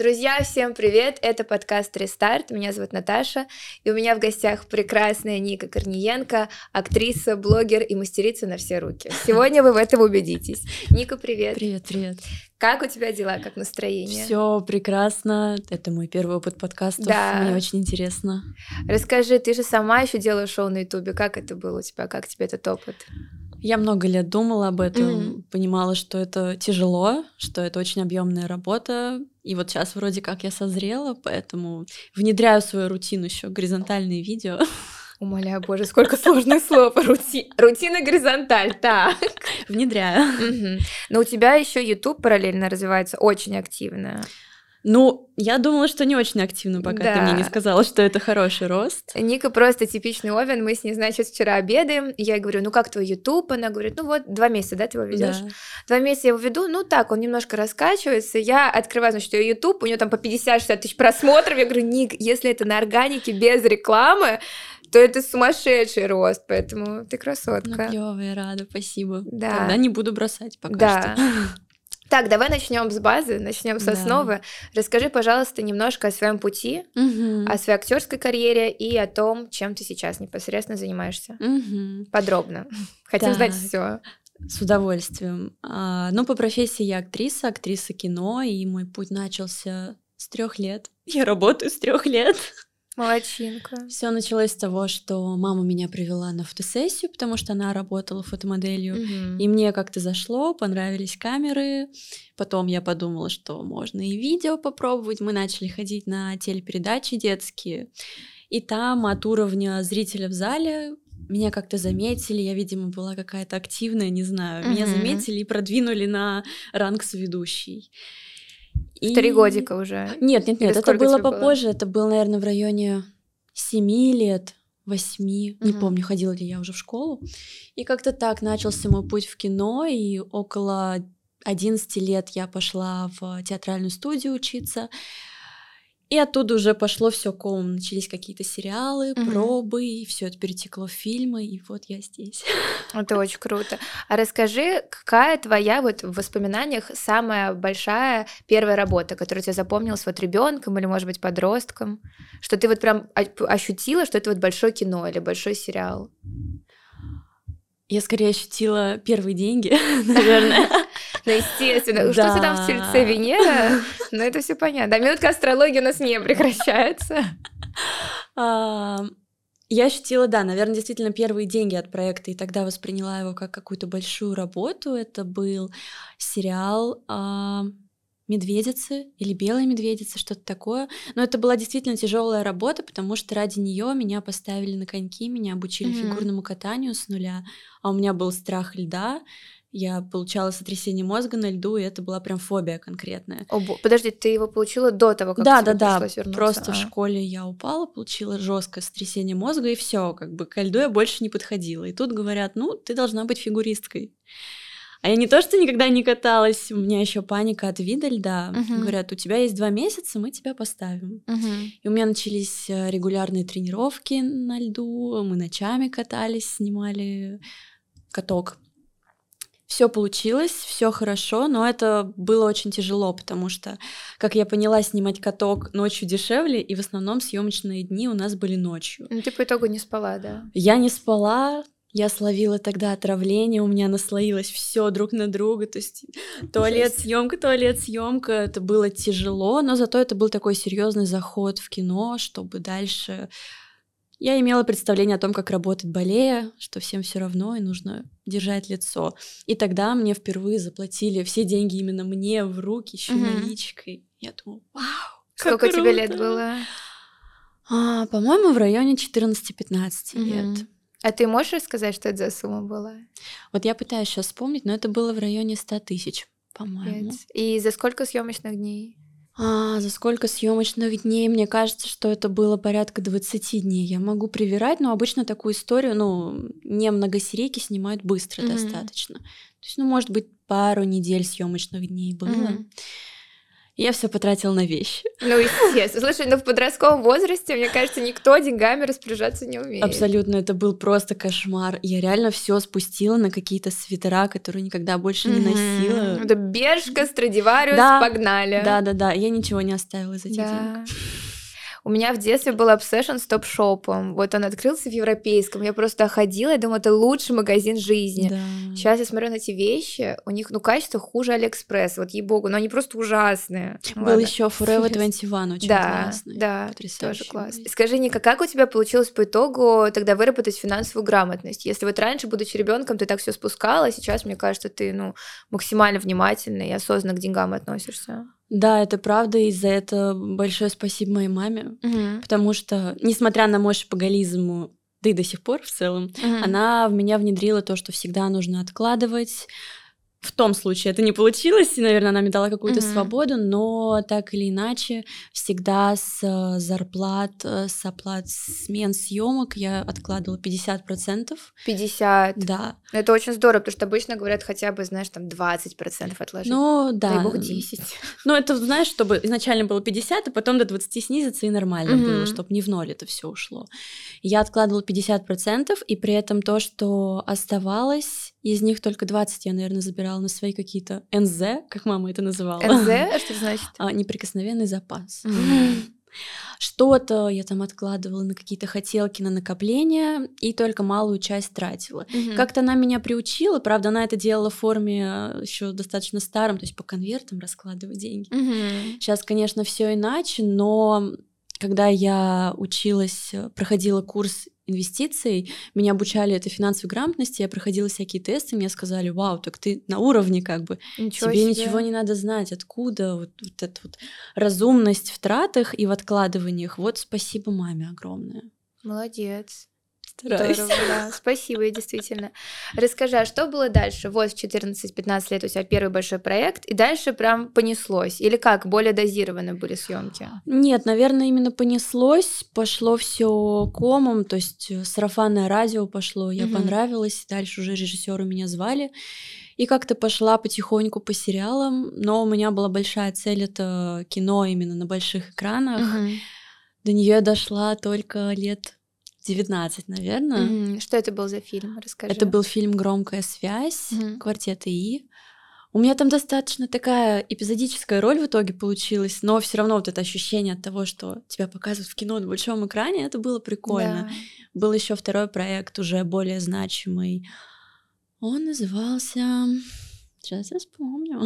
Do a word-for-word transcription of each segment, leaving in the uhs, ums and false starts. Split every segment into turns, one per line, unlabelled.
Друзья, всем привет! Это подкаст «Рестарт». Меня зовут Наташа, и у меня в гостях прекрасная Ника Корниенко, актриса, блогер и мастерица на все руки. Сегодня вы в этом убедитесь. Ника, привет!
Привет, привет!
Как у тебя дела, как настроение?
Все прекрасно. Это мой первый опыт подкастов.
Да.
Мне очень интересно.
Расскажи, ты же сама еще делаешь шоу на Ютубе. Как это было у тебя? Как тебе этот опыт?
Я много лет думала об этом,
Mm-hmm.
понимала, что это тяжело, что это очень объемная работа. И вот сейчас вроде как я созрела, поэтому внедряю в свою рутину еще горизонтальные видео.
Умоляю, боже, сколько сложных слов. Рути... Рутина горизонталь, так.
Внедряю.
Угу. Но у тебя еще YouTube параллельно развивается очень активно.
Ну, я думала, что не очень активно, пока
да.
ты мне не сказала, что это хороший рост.
Ника просто типичный овен. Мы с ней, значит, вчера обедаем. Я ей говорю, ну как твой YouTube? Она говорит, ну вот два месяца, да, ты его ведешь?
Да.
Два месяца я его веду, ну так, он немножко раскачивается. Я открываю, значит, ее YouTube, у нее там по пятьдесят-шестьдесят тысяч просмотров. Я говорю, Ник, если это на органике без рекламы, то это сумасшедший рост, поэтому ты красотка.
Ну, клёво, я рада, спасибо.
Да.
Тогда не буду бросать пока
да.
что.
Так, давай начнем с базы, начнем с основы. Да. Расскажи, пожалуйста, немножко о своем пути,
угу.
о своей актерской карьере и о том, чем ты сейчас непосредственно занимаешься.
Угу.
Подробно. Хотим
так.
знать все.
С удовольствием. А, ну, по профессии я актриса, актриса кино, и мой путь начался с трех лет. Я работаю с трех лет.
Молодчинка.
Все началось с того, что мама меня привела на фотосессию, потому что она работала фотомоделью,
угу.
и мне как-то зашло, понравились камеры. Потом я подумала, что можно и видео попробовать. Мы начали ходить на телепередачи детские, и там от уровня зрителя в зале меня как-то заметили, я, видимо, была какая-то активная, не знаю, меня
угу.
заметили и продвинули на ранг соведущей.
И... В три годика уже?
Нет, нет, нет,
Или
это было попозже,
было?
это было, наверное, в районе семи лет, восьми,
угу.
не помню, ходила ли я уже в школу. И как-то так начался мой путь в кино, и около одиннадцати лет я пошла в театральную студию учиться. И оттуда уже пошло все комом, начались какие-то сериалы,
угу.
пробы, и все это перетекло в фильмы, и вот я здесь.
Это очень круто. А расскажи, какая твоя вот в воспоминаниях самая большая первая работа, которая тебя запомнилась вот ребенком или, может быть, подростком, что ты вот прям ощутила, что это вот большое кино или большой сериал?
Я скорее ощутила первые деньги, наверное.
Ну, естественно. Что-то там в Тельце Венера, но это все понятно. А минутка астрологии у нас не прекращается.
Я ощутила, да, наверное, действительно первые деньги от проекта, и тогда восприняла его как какую-то большую работу. Это был сериал «Медведицы» или «Белые медведицы», что-то такое. Но это была действительно тяжелая работа, потому что ради нее меня поставили на коньки, меня обучили mm-hmm. фигурному катанию с нуля, а у меня был страх льда. Я получала сотрясение мозга на льду, и это была прям фобия конкретная.
О, подожди, ты его получила до того, как
да,
тебе
да,
пришлось
да.
вернуться?
Просто
а.
в школе я упала, получила жесткое сотрясение мозга, и все, как бы к льду я больше не подходила. И тут говорят, ну, ты должна быть фигуристкой. А я не то, что никогда не каталась, у меня еще паника от вида льда. Uh-huh. Говорят, у тебя есть два месяца, мы тебя поставим.
Uh-huh.
И у меня начались регулярные тренировки на льду, мы ночами катались, снимали каток. Все получилось, все хорошо, но это было очень тяжело, потому что, как я поняла, снимать каток ночью дешевле, и в основном съемочные дни у нас были ночью.
Ну, ты по итогу не спала, да?
Я не спала, я словила тогда отравление, у меня наслоилось все друг на друга, то есть туалет, съемка, туалет, съемка. Это было тяжело, но зато это был такой серьезный заход в кино, чтобы дальше... Я имела представление о том, как работает балея, что всем все равно и нужно держать лицо. И тогда мне впервые заплатили все деньги именно мне в руки, еще mm-hmm. наличкой. Я думала, вау,
сколько
как
тебе лет было?
А, по-моему, в районе четырнадцати-пятнадцати mm-hmm. лет.
А ты можешь рассказать, что это за сумма была?
Вот я пытаюсь сейчас вспомнить, но это было в районе ста тысяч, по-моему.
И за сколько съемочных дней?
А, за сколько съемочных дней? Мне кажется, что это было порядка двадцати дней. Я могу привирать, но обычно такую историю, ну, не многосерийки снимают быстро mm-hmm. достаточно. То есть, ну, может быть, пару недель съемочных дней было. Mm-hmm. Я все потратила на вещи.
Ну, естественно. Слушай, ну в подростковом возрасте, мне кажется, никто деньгами распоряжаться не умеет.
Абсолютно, это был просто кошмар. Я реально все спустила на какие-то свитера, которые никогда больше не носила.
Это Бершка, Страдивариус,
Да,
погнали.
Да-да-да, я ничего не оставила из этих
Да.
денег.
У меня в детстве был обсессион с топ-шопом. Вот он открылся в Европейском. Я просто ходила, я думала, это лучший магазин жизни.
Да.
Сейчас я смотрю на эти вещи, у них, ну, качество хуже Алиэкспресс, вот ей-богу, но они просто ужасные.
Был
Ладно.
еще Forever двадцать один, очень
Да,
классный.
да,
Потрясающий
тоже классно.
магазин.
Скажи, Ника, как у тебя получилось по итогу тогда выработать финансовую грамотность? Если вот раньше, будучи ребенком, ты так все спускала, сейчас, мне кажется, ты, ну, максимально внимательно и осознанно к деньгам относишься.
Да, это правда, и за это большое спасибо моей маме,
Мгм.
потому что, несмотря на мой шопоголизм, да и до сих пор в целом,
Мгм.
она в меня внедрила то, что всегда нужно откладывать. В том случае это не получилось, и, наверное, она мне дала какую-то
Мгм.
свободу, но так или иначе, всегда с э, зарплат, э, с оплат смен съемок я откладывала пятьдесят процентов.
пятьдесят.
Да.
Ну, это очень здорово, потому что обычно говорят хотя бы, знаешь, там двадцать процентов отложить.
Ну,
Дай
да.
бог десять.
Ну, это, знаешь, чтобы изначально было пятьдесят, а потом до двадцати снизиться, и нормально
Мгм.
было, чтобы не в ноль это все ушло. Я откладывала пятьдесят процентов, и при этом то, что оставалось, из них только двадцать я, наверное, забирала на свои какие-то эн зэ, как мама это называла.
эн зэ, а что это значит?
А, неприкосновенный запас.
Мгм.
Что-то я там откладывала на какие-то хотелки, на накопления, и только малую часть тратила.
Мгм.
Как-то она меня приучила, правда, она это делала в форме еще достаточно старом, то есть по конвертам раскладывать деньги.
Мгм.
Сейчас, конечно, все иначе, но когда я училась, э, проходила курс инвестиций, меня обучали этой финансовой грамотности, я проходила всякие тесты, мне сказали: вау, так ты на уровне как бы,
Ничего
тебе
себе.
ничего не надо знать, откуда вот, вот эта вот разумность в тратах и в откладываниях. Вот спасибо маме огромное.
Молодец.
Стараюсь.
Здорово, да. Спасибо, действительно. Расскажи, а что было дальше? Вот в четырнадцать-пятнадцать лет у тебя первый большой проект, и дальше прям понеслось? Или как, более дозированы были съемки?
Нет, наверное, именно понеслось, пошло все комом, то есть э, сарафанное радио пошло, я
Мгм.
понравилась, дальше уже режиссеры меня звали, и как-то пошла потихоньку по сериалам, но у меня была большая цель — это кино именно на больших экранах.
Мгм.
До нее я дошла только лет девятнадцать, наверное.
Мгм. Что это был за фильм? Расскажи.
Это был фильм «Громкая связь»,
Мгм.
квартет И. У меня там достаточно такая эпизодическая роль в итоге получилась, но все равно вот это ощущение от того, что тебя показывают в кино на большом экране, это было прикольно.
Да.
Был еще второй проект, уже более значимый. Он назывался... Сейчас я вспомню.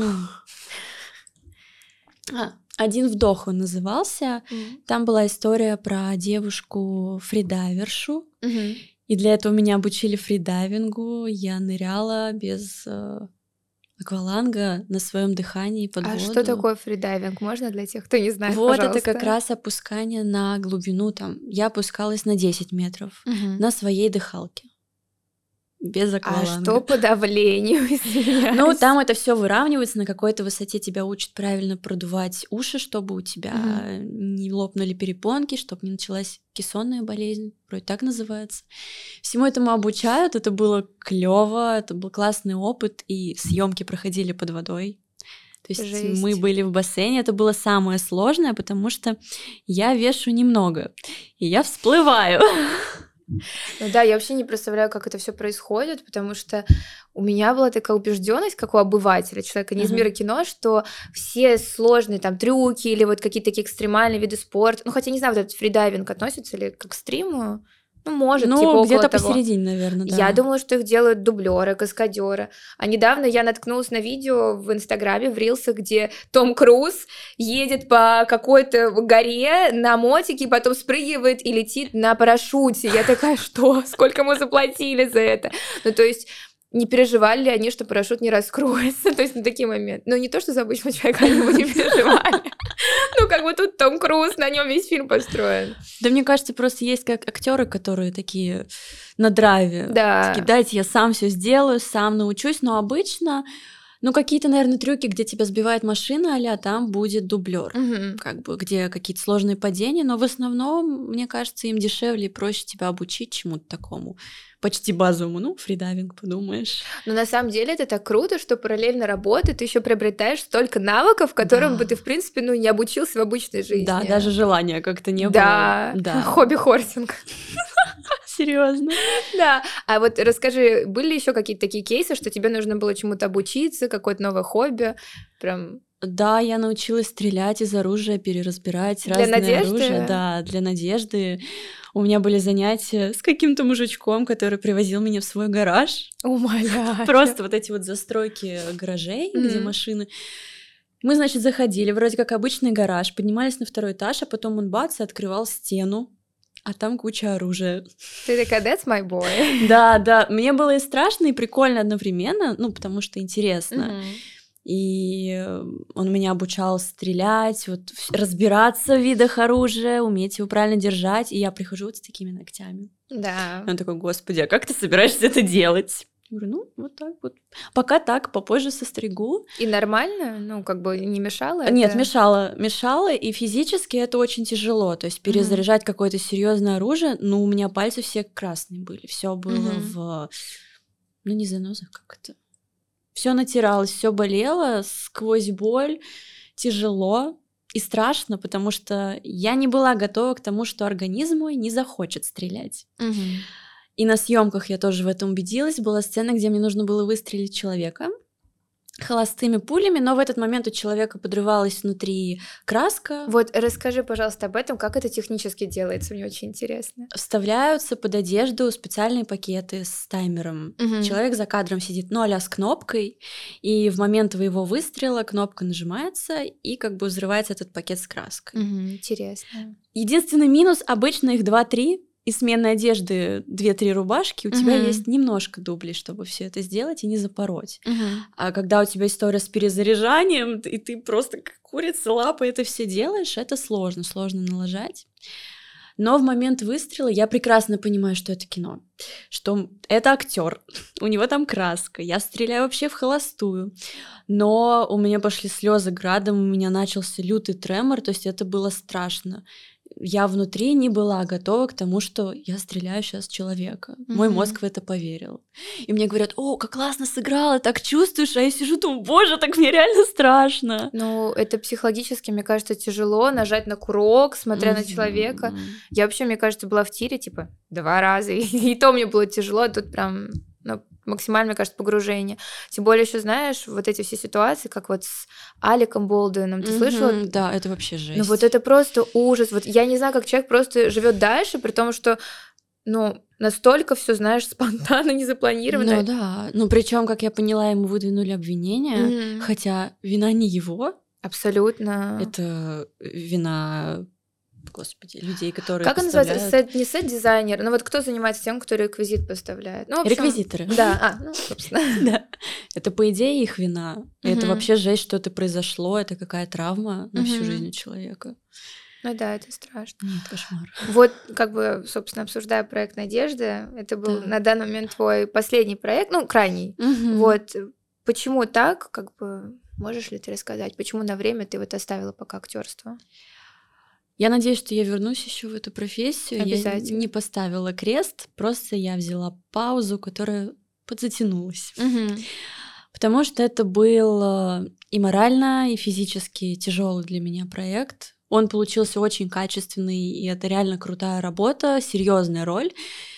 А, «Один вдох» он назывался.
М.
Там была история про девушку фридайвершу.
Мгм.
И для этого меня обучили фридайвингу. Я ныряла без э, акваланга на своем дыхании под
А
воду.
что такое фридайвинг? Можно для тех, кто не знает,
Вот это
пожалуйста?
как раз опускание на глубину. Там я опускалась на десять метров
Мгм.
на своей дыхалке. Без
А
акваланга.
что по давлению, извиняюсь?
Ну, там это все выравнивается, на какой-то высоте тебя учат правильно продувать уши, чтобы у тебя
Мгм.
не лопнули перепонки, чтобы не началась кессонная болезнь, вроде так называется. Всему этому обучают, это было клево, это был классный опыт, и съемки проходили под водой. То есть
Жесть.
мы были в бассейне, это было самое сложное, потому что я вешу немного, и я всплываю.
Ну да, я вообще не представляю, как это все происходит, потому что у меня была такая убежденность, как у обывателя, человека не из
Ага.
мира кино, что все сложные там трюки или вот какие-то такие экстремальные виды спорта, ну хотя не знаю, вот этот фридайвинг относится ли к экстриму, ну может,
Ну,
типа около
где-то
того.
посередине, наверное, да.
Я думала, что их делают дублеры, каскадеры. А недавно я наткнулась на видео в Инстаграме, в Рилсах, где Том Круз едет по какой-то горе на мотике, потом спрыгивает и летит на парашюте. Я такая, что? Сколько мы заплатили за это? Ну, то есть не переживали ли они, что парашют не раскроется? То есть на такие моменты. Ну, не то, что за обычного человека они бы не переживали. Ну, как бы тут Том Круз, на нем весь фильм построен.
Да мне кажется, просто есть как актеры, которые такие на драйве.
Да.
Такие, дайте я сам все сделаю, сам научусь. Но обычно Ну, какие-то, наверное, трюки, где тебя сбивает машина, а-ля там будет дублер,
Мгм.
как бы, где какие-то сложные падения, но в основном, мне кажется, им дешевле и проще тебя обучить чему-то такому, почти базовому. Ну, фридайвинг, подумаешь.
Но на самом деле это так круто, что параллельно работой ты еще приобретаешь столько навыков, которым
Да.
бы ты, в принципе, ну, не обучился в обычной жизни.
Да, даже желания как-то не
Да,
было. Да,
хобби-хортинг.
серьезно.
Да, а вот расскажи, были еще какие-то такие кейсы, что тебе нужно было чему-то обучиться, какое-то новое хобби? Прям
Да, я научилась стрелять из оружия, переразбирать
для
разное
Надежды?
оружие. Да, для Надежды. У меня были занятия с каким-то мужичком, который привозил меня в свой гараж.
Умоляю.
Просто вот эти вот застройки гаражей, где
Мгм.
машины. Мы, значит, заходили, вроде как обычный гараж, поднимались на второй этаж, а потом он бац и открывал стену, а там куча оружия.
Ты такая, that's my boy.
Да, да, мне было и страшно, и прикольно одновременно, ну, потому что интересно.
Мгм.
И э, он меня обучал стрелять, вот вс- разбираться в видах оружия, уметь его правильно держать. И я прихожу вот с такими ногтями.
Да.
И он такой, господи, а как ты собираешься это делать? Я говорю, ну, вот так вот. Пока так, попозже состригу.
И нормально? Ну, как бы не мешало
Нет,
это?
мешало, мешало, и физически это очень тяжело. То есть
Мгм.
перезаряжать какое-то серьезное оружие, ну, у меня пальцы все красные были. Все было
Мгм.
в, ну, не занозах, как это. Все натиралось, все болело, сквозь боль, тяжело и страшно, потому что я не была готова к тому, что организм мой не захочет стрелять.
Мгм.
И на съемках я тоже в этом убедилась. Была сцена, где мне нужно было выстрелить человека холостыми пулями, но в этот момент у человека подрывалась внутри краска.
Вот расскажи, пожалуйста, об этом, как это технически делается, мне очень интересно.
Вставляются под одежду специальные пакеты с таймером.
Мгм.
Человек за кадром сидит, ну, а-ля с кнопкой, и в момент твоего выстрела кнопка нажимается, и как бы взрывается этот пакет с краской.
Мгм. Интересно.
Единственный минус, обычно их два-три, и сменной одежды две-три рубашки, у тебя
Мгм.
есть немножко дублей, чтобы все это сделать и не запороть.
Мгм.
А когда у тебя история с перезаряжанием, и ты просто как курица лапой это все делаешь, это сложно, сложно налажать. Но в момент выстрела я прекрасно понимаю, что это кино, что это актер, у него там краска, я стреляю вообще в холостую. Но у меня пошли слезы градом, у меня начался лютый тремор, то есть это было страшно. Я внутри не была готова к тому, что я стреляю сейчас в человека. Мой
Мгм.
мозг в это поверил. И мне говорят, о, как классно сыграла, так чувствуешь, а я сижу, думаю, боже, так мне реально страшно.
Ну, это психологически, мне кажется, тяжело нажать на курок, смотря на человека.
Мгм.
Я вообще, мне кажется, была в тире, типа, два раза, и, и то мне было тяжело, а тут прям, ну, максимально, мне кажется, погружение. Тем более еще, знаешь, вот эти все ситуации, как вот с Алеком Болдуином, ты слышала?
Мгм, да, это вообще жесть.
Ну, вот это просто ужас. Вот я не знаю, как человек просто живет дальше, при том, что, ну, настолько все, знаешь, спонтанно, не запланировано.
Ну да, ну причем, как я поняла, ему выдвинули обвинения,
Мгм.
хотя вина не его,
Абсолютно.
это вина, господи, людей, которые
Как он называется?
поставляют.
Сет, не сет-дизайнер, но вот кто занимается тем, кто реквизит поставляет? Ну, в общем,
Реквизиторы.
Да, а, ну, собственно.
Да. Это, по идее, их вина. И это
Мгм.
вообще жесть, что это произошло, это какая травма на всю
Мгм.
жизнь у человека.
Ну да, это страшно.
Нет, кошмар.
Вот, как бы, собственно, обсуждая проект «Надежда», это был
Да.
на данный момент твой последний проект, ну, крайний.
Мгм.
Вот, почему так, как бы, можешь ли ты рассказать, почему на время ты вот оставила пока актерство?
Я надеюсь, что я вернусь еще в эту профессию. Я
Обязательно.
не поставила крест, просто я взяла паузу, которая подзатянулась.
Мгм.
Потому что это был э, и морально, и физически тяжелый для меня проект. Он получился очень качественный, и это реально крутая работа, серьезная роль.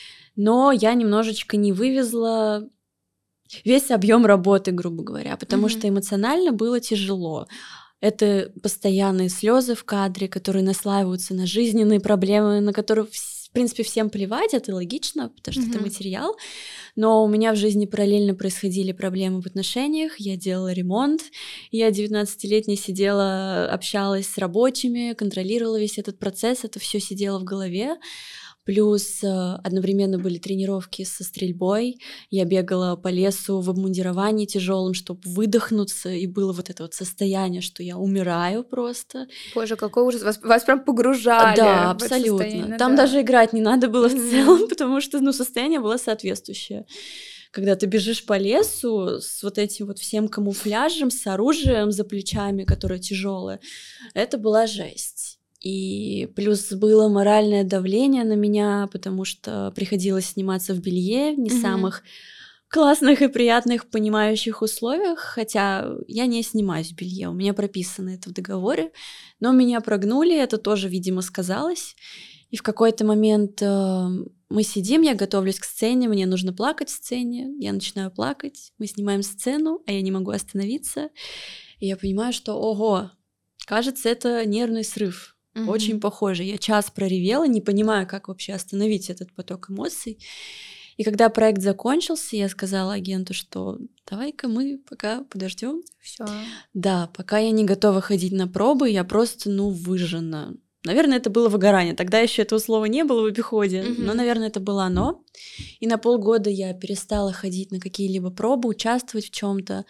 Но я немножечко не вывезла весь объем работы, грубо говоря, потому
Мгм.
что эмоционально было тяжело. Это постоянные слезы в кадре, которые наслаиваются на жизненные проблемы, на которые, вс- в принципе, всем плевать, это логично, потому что это
Мгм.
материал. Но у меня в жизни параллельно происходили проблемы в отношениях, я делала ремонт, я девятнадцатилетняя сидела, общалась с рабочими, контролировала весь этот процесс, это все сидело в голове. Плюс э, одновременно были тренировки со стрельбой. Я бегала по лесу в обмундировании тяжелом, чтобы выдохнуться, и было вот это вот состояние, что я умираю просто.
Боже, какой ужас, вас, вас прям погружали
Да,
в это состояние,
абсолютно.
ну
Там
да.
даже играть не надо было в
Мгм.
целом, потому что ну, состояние было соответствующее. когда ты бежишь по лесу с вот этим вот всем камуфляжем, с оружием за плечами, которое тяжелое, это была жесть. И плюс было моральное давление на меня, потому что приходилось сниматься в белье, не
Мгм.
самых классных и приятных, понимающих условиях, хотя я не снимаюсь в белье, у меня прописано это в договоре, но меня прогнули, это тоже, видимо, сказалось. И в какой-то момент э, мы сидим, я готовлюсь к сцене, мне нужно плакать в сцене, я начинаю плакать, мы снимаем сцену, а я не могу остановиться, и я понимаю, что, ого, кажется, это нервный срыв. Очень
Мгм.
похоже. Я час проревела, не понимаю, как вообще остановить этот поток эмоций. И когда проект закончился, я сказала агенту, что давай-ка мы пока подождем.
Всё.
Да, пока я не готова ходить на пробы, я просто, ну, выжжена. Наверное, это было выгорание. Тогда еще этого слова не было в обиходе, но,
Мгм.
наверное, это было оно. И на полгода я перестала ходить на какие-либо пробы, участвовать в чем-то.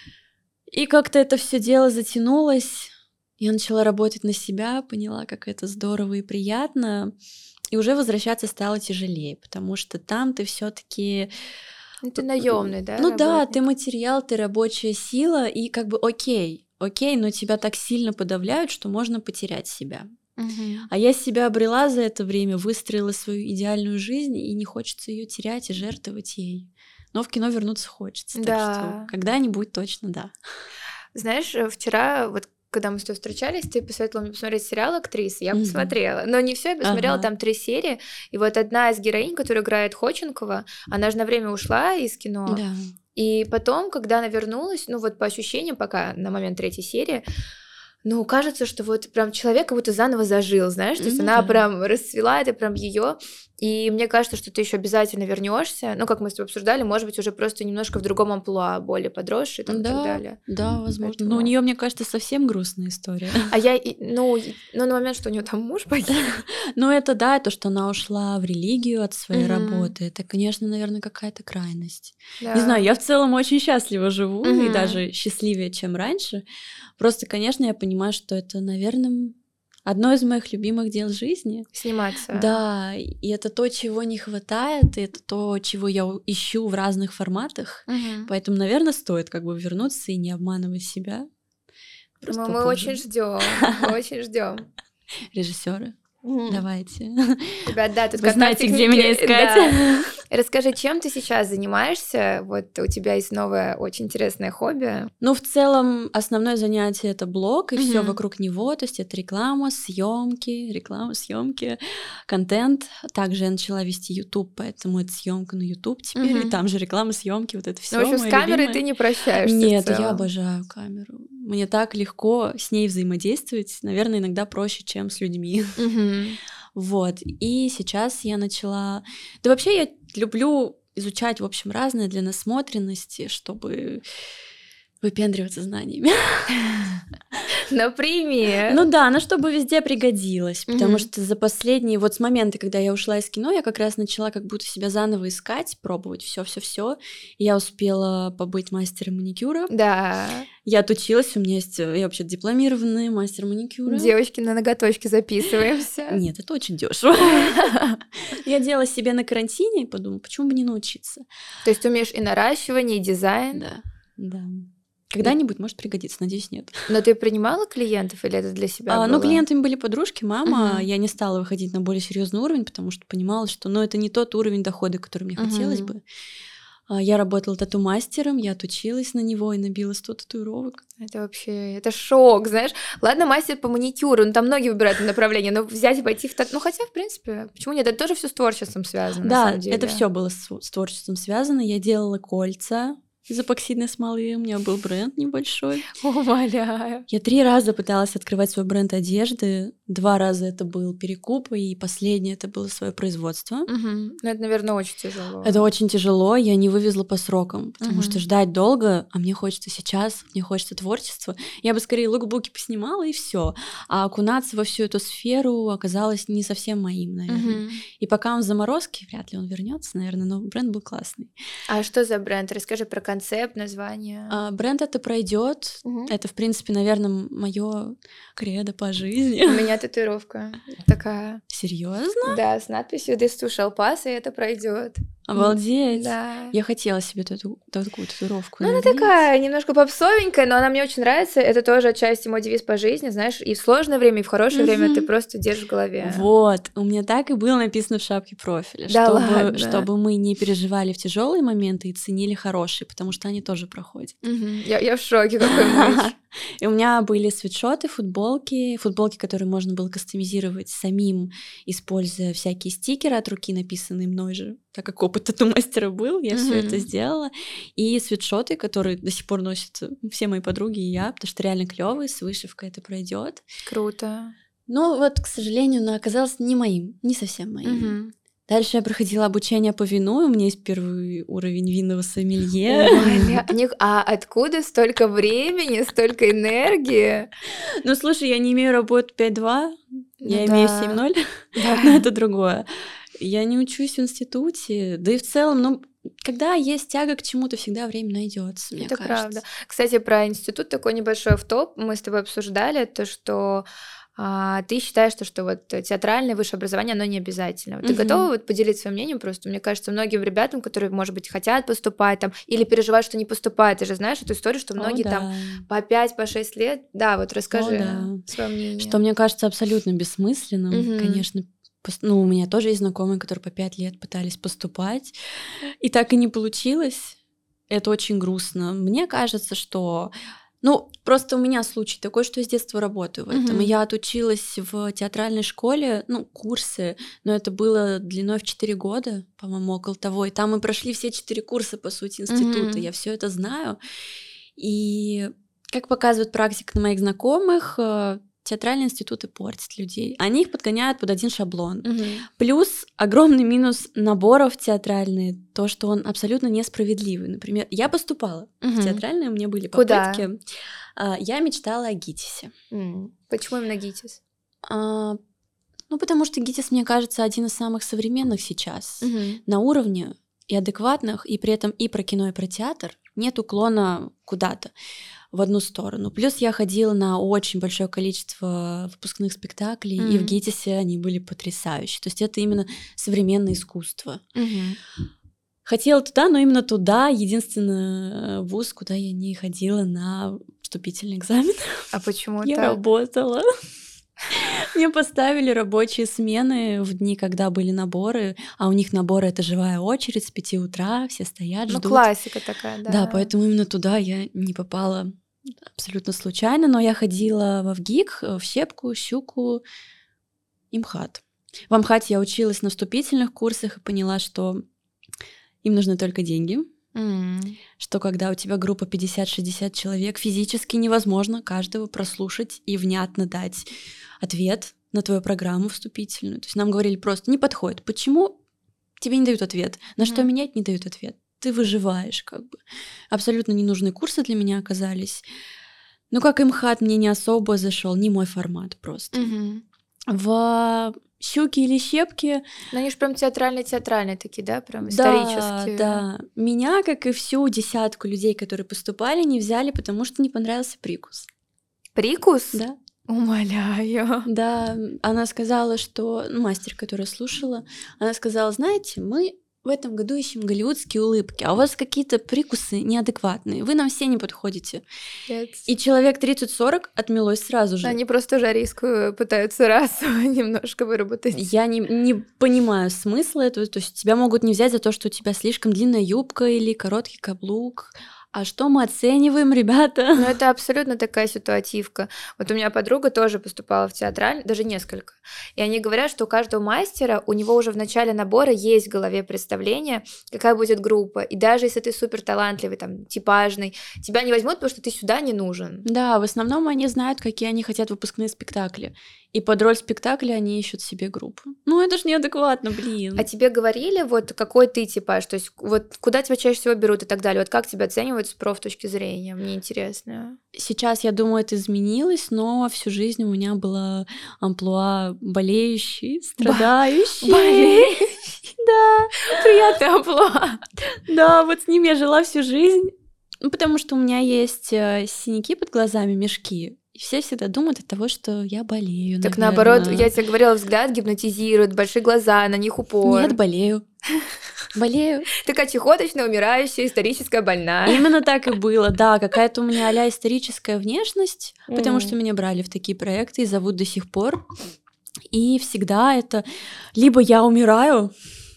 И как-то это все дело затянулось. Я начала работать на себя, поняла, как это здорово и приятно. И уже возвращаться стало тяжелее, потому что там ты все-таки,
Ну, ты наемный, да,
ну да, ты
работник?
материал, ты рабочая сила, и как бы окей, окей, но тебя так сильно подавляют, что можно потерять себя.
Мгм.
А я себя обрела за это время, выстроила свою идеальную жизнь, и не хочется ее терять и жертвовать ей. Но в кино вернуться хочется, так что
Да.
когда-нибудь точно да.
Знаешь, э, вчера, вот когда мы с тобой встречались, ты посоветовала мне посмотреть сериал «Актриса». Я
Мгм.
посмотрела, но не все, я посмотрела
Ага.
там три серии. И вот одна из героинь, которая играет Ходченкова, она же на время ушла из кино.
Да.
И потом, когда она вернулась, ну вот по ощущениям, пока на момент третьей серии, ну, кажется, что вот прям человек как будто заново зажил, знаешь, то есть
Ну
она
да.
прям расцвела, это прям ее. И мне кажется, что ты еще обязательно вернешься. Ну, как мы с тобой обсуждали, может быть, уже просто немножко в другом амплуа, более подросший там и так
Да,
далее.
да, возможно. Но у
Поэтому-
нее, мне кажется, совсем грустная история.
А я, и- ну, и- ну, на момент, что у нее там муж погиб.
Ну, это да, то, что она ушла в религию от своей
Мгм.
работы, это, конечно, наверное, какая-то крайность. Не
Да.
знаю, я в целом очень счастливо живу, и
Мгм.
даже счастливее, чем раньше. Просто, конечно, я понимаю, что это, наверное, одно из моих любимых дел жизни.
Сниматься.
Да, и это то, чего не хватает, и это то, чего я у- ищу в разных форматах.
Мгм.
Поэтому, наверное, стоит как бы вернуться и не обманывать себя. Просто
Мы, мы
попозже.
очень ждем, мы очень ждем.
Режиссеры,
Мгм.
давайте.
Ребят, да, тут
Вы знаете,
контактик
где
Ники,
меня искать.
да. Расскажи, чем ты сейчас занимаешься? Вот у тебя есть новое очень интересное хобби.
Ну, в целом, основное занятие это блог, и все
Мгм.
вокруг него. То есть это реклама, съемки, реклама, съемки, контент. Также я начала вести YouTube, поэтому это съемка на YouTube теперь. И
Мгм.
там же реклама, съемки, вот это все.
Ну, в общем, с камерой ты не прощаешься в
Нет, я
целом.
обожаю камеру. Мне так легко с ней взаимодействовать. Наверное, иногда проще, чем с людьми.
Мгм.
Вот. И сейчас я начала. Да вообще я люблю изучать, в общем, разное для насмотренности, чтобы выпендриваться знаниями.
Например.
Ну да, но чтобы везде пригодилось, потому
Мгм.
что за последние вот с момента, когда я ушла из кино, я как раз начала как будто себя заново искать, пробовать все-все-все. Я успела побыть мастером маникюра.
Да.
Я отучилась, у меня есть, э, я вообще дипломированный мастер маникюра.
Девочки, на ноготочки записываемся.
Нет, это очень дешево. Я делала себе на карантине и подумала, почему бы не научиться.
То есть ты умеешь и наращивание, и дизайн.
Да, да. Когда-нибудь может пригодиться, надеюсь, нет.
Но ты принимала клиентов или это для себя
А,
было?
ну, клиентами были подружки, мама.
Мгм.
Я не стала выходить на более серьезный уровень, потому что понимала, что ну, это не тот уровень дохода, который мне хотелось
Мгм.
бы. А, Я работала тату-мастером, я отучилась на него и набила сто татуировок.
Это вообще, это шок, знаешь. Ладно, мастер по маникюру, ну там многие выбирают это направление, но взять и пойти в так... Ну хотя, в принципе, почему нет? Это тоже все с творчеством связано, на
Да,
самом деле.
это все было с, с творчеством связано. Я делала кольца из эпоксидной смолы, у меня был бренд небольшой.
Умоляю.
Я три раза пыталась открывать свой бренд одежды. Два раза это был перекуп, и последнее это было свое производство.
Мгм. Ну это, наверное, очень тяжело.
Это очень тяжело, я не вывезла по срокам, потому
Мгм.
что ждать долго, а мне хочется сейчас, мне хочется творчества. Я бы скорее лукбуки поснимала и все, а окунаться во всю эту сферу оказалось не совсем моим, наверное.
Мгм.
И пока он в заморозке, вряд ли он вернется, наверное, но бренд был классный.
А что за бренд? Расскажи про концепт, название.
А, бренд это пройдет.
Мгм.
Это, в принципе, наверное, мое кредо по
У
жизни.
меня татуировка такая.
Серьезно?
Да, с надписью «This too shall pass», и это пройдет.
Обалдеть.
Да.
Я хотела себе тату- такую татуировку.
Ну, она
набить.
такая, немножко попсовенькая, но она мне очень нравится. Это тоже отчасти мой девиз по жизни, знаешь, и в сложное время, и в хорошее время ты
Мгм.
просто держишь в голове.
Вот, у меня так и было написано в шапке профиля,
Да
чтобы,
ладно?
чтобы мы не переживали в тяжелые моменты и ценили хорошие, потому что они тоже проходят.
Мгм. Я, я в шоке, какой мыч.
И у меня были свитшоты, футболки, футболки, которые можно было кастомизировать самим, используя всякие стикеры от руки, написанные мной же, так как опыт тату-мастера был, я все это
Мгм.
сделала. И свитшоты, которые до сих пор носят все мои подруги и я, потому что реально клевые, с вышивкой это пройдет.
Круто.
Но вот, к сожалению, оно оказалось не моим, не совсем моим.
Мгм.
Дальше я проходила обучение по вину, и у меня есть первый уровень винного сомелье.
Оля, Ник, а откуда столько времени, столько энергии?
Ну, слушай, я не имею работы пять два, я
Ну
имею
да.
семь ноль,
Да.
но это другое. Я не учусь в институте, да и в целом, ну, когда есть тяга к чему-то, всегда время найдется, мне
Это
кажется.
правда. Кстати, про институт такой небольшой автоп. Мы с тобой обсуждали то, что а, ты считаешь, что, что вот театральное высшее образование, оно не обязательно. Вот ты
Мгм.
готова вот поделиться своим мнением просто? Мне кажется, многим ребятам, которые, может быть, хотят поступать там или переживают, что не поступают, ты же знаешь эту историю, что
О,
многие
да.
там по пять, по шесть лет. Да, вот расскажи
да.
свое мнение.
Что мне кажется абсолютно бессмысленным,
Мгм.
конечно. пос- Ну, у меня тоже есть знакомые, которые по пять лет пытались поступать, и так и не получилось. Это очень грустно. Мне кажется, что... Ну, просто у меня случай такой, что я с детства работаю в этом.
Мгм.
И я отучилась в театральной школе, ну, курсы, но это было длиной в четыре года, по-моему, около того. И там мы прошли все четыре курса, по сути, института.
Мгм.
Я все это знаю. И как показывает практика на моих знакомых, э, театральные институты портят людей. Они их подгоняют под один шаблон.
Мгм.
Плюс огромный минус наборов театральные, то, что он абсолютно несправедливый. Например, я поступала в
Мгм.
театральные, у меня были
Куда?
попытки. А, Я мечтала о ГИТИСе.
М. Почему именно ГИТИС?
А, Ну, потому что ГИТИС, мне кажется, один из самых современных сейчас.
Мгм.
На уровне и адекватных, и при этом и про кино, и про театр нет уклона куда-то в одну сторону. Плюс я ходила на очень большое количество выпускных спектаклей, и в
Мгм.
ГИТИСе они были потрясающие. То есть это именно современное искусство.
Мгм.
Хотела туда, но именно туда единственный вуз, куда я не ходила на вступительный экзамен.
А почему
Я
так?
работала. Мне поставили рабочие смены в дни, когда были наборы, а у них наборы — это живая очередь с пяти утра, все стоят,
Ну,
ждут.
классика такая, да.
Да, поэтому именно туда я не попала абсолютно случайно, но я ходила во ВГИК, в Щепку, Щуку и МХАТ. В МХАТе я училась на вступительных курсах и поняла, что им нужны только деньги,
М.
что когда у тебя группа пятьдесят-шестьдесят человек, физически невозможно каждого прослушать и внятно дать ответ на твою программу вступительную. То есть нам говорили просто: не подходит. Почему тебе не дают ответ? На что
Мгм.
менять не дают ответ? Ты выживаешь как бы. Абсолютно ненужные курсы для меня оказались. Ну, как и МХАТ мне не особо зашел, не мой формат просто.
Мгм.
В Щуке или Щепке,
Ну, они же прям театральные-театральные такие, да, прям
да,
исторические.
да, меня, как и всю десятку людей, которые поступали, не взяли, потому что не понравился прикус.
Прикус?
Да,
Умоляю.
да, она сказала, что, ну, мастер, которая слушала, она сказала: знаете, мы в этом году ищем голливудские улыбки, а у вас какие-то прикусы неадекватные, вы нам все не подходите.
Пец.
И человек тридцать-сорок отмелось сразу же.
Они просто жарийскую пытаются расу немножко выработать.
Я не, не понимаю смысла этого, то есть тебя могут не взять за то, что у тебя слишком длинная юбка или короткий каблук. А что мы оцениваем, ребята?
Ну, это абсолютно такая ситуативка. Вот у меня подруга тоже поступала в театральный, даже несколько. И они говорят, что у каждого мастера, у него уже в начале набора есть в голове представление, какая будет группа. И даже если ты супер талантливый, там, типажный, тебя не возьмут, потому что ты сюда не нужен.
Да, в основном они знают, какие они хотят выпускные спектакли. И под роль спектакля они ищут себе группу. Ну, это ж неадекватно, блин.
А тебе говорили, вот какой ты типаж, то есть вот куда тебя чаще всего берут и так далее, вот как тебя оценивают с проф точки зрения, мне интересно.
Сейчас, я думаю, это изменилось, но всю жизнь у меня было амплуа болеющий, страдающий.
Болеющий?
Да,
Приятный амплуа.
да, вот с ним я жила всю жизнь. Ну, потому что у меня есть э, синяки под глазами, мешки. И все всегда думают от того, что я болею,
Так
наверное.
наоборот, я тебе говорила, взгляд гипнотизирует, большие глаза, на них упор.
Нет, болею. Болею.
Такая чехоточная, умирающая, историческая больная.
Именно так и было, да, какая-то у меня а-ля историческая внешность, mm. потому что меня брали в такие проекты и зовут до сих пор. И всегда это либо я умираю,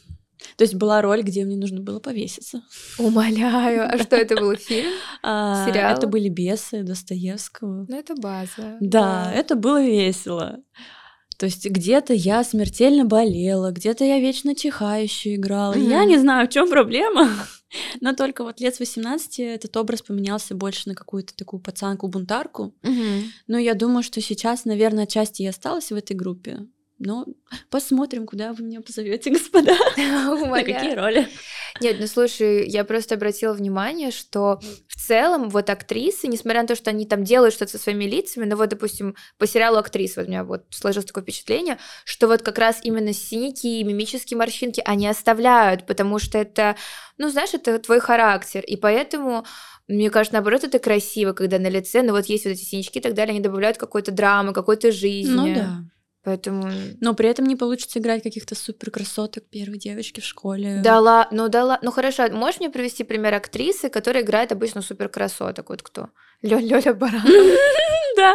то есть была роль, где мне нужно было повеситься.
Умоляю. А что это был, фильм?
А,
Сериал?
Это были «Бесы» Достоевского.
Ну, это база.
Да,
да,
это было весело. То есть где-то я смертельно болела, где-то я вечно чихающую играла. Mm-hmm. Я не знаю, в чем проблема, но только вот лет с восемнадцати этот образ поменялся больше на какую-то такую пацанку-бунтарку.
Mm-hmm.
Но я думаю, что сейчас, наверное, отчасти я осталась в этой группе. Но посмотрим, куда вы меня позовете, господа. На какие роли.
Нет, ну слушай, я просто обратила внимание, что в целом вот актрисы, несмотря на то, что они там делают что-то со своими лицами, но вот, допустим, по сериалу «Актриса» вот у меня вот сложилось такое впечатление, что вот как раз именно синяки и мимические морщинки они оставляют, потому что это, ну знаешь, это твой характер, и поэтому... Мне кажется, наоборот, это красиво, когда на лице, ну вот есть вот эти синячки и так далее, они добавляют какой-то драмы, какой-то жизни.
Ну да.
Поэтому...
Но при этом не получится играть каких-то супер красоток первой девочки в школе.
Да ладно, ну да ладно. Ну хорошо, можешь мне привести пример актрисы, которая играет обычно супер красоток? Вот кто? Лё- Лёля Баранова.
Да.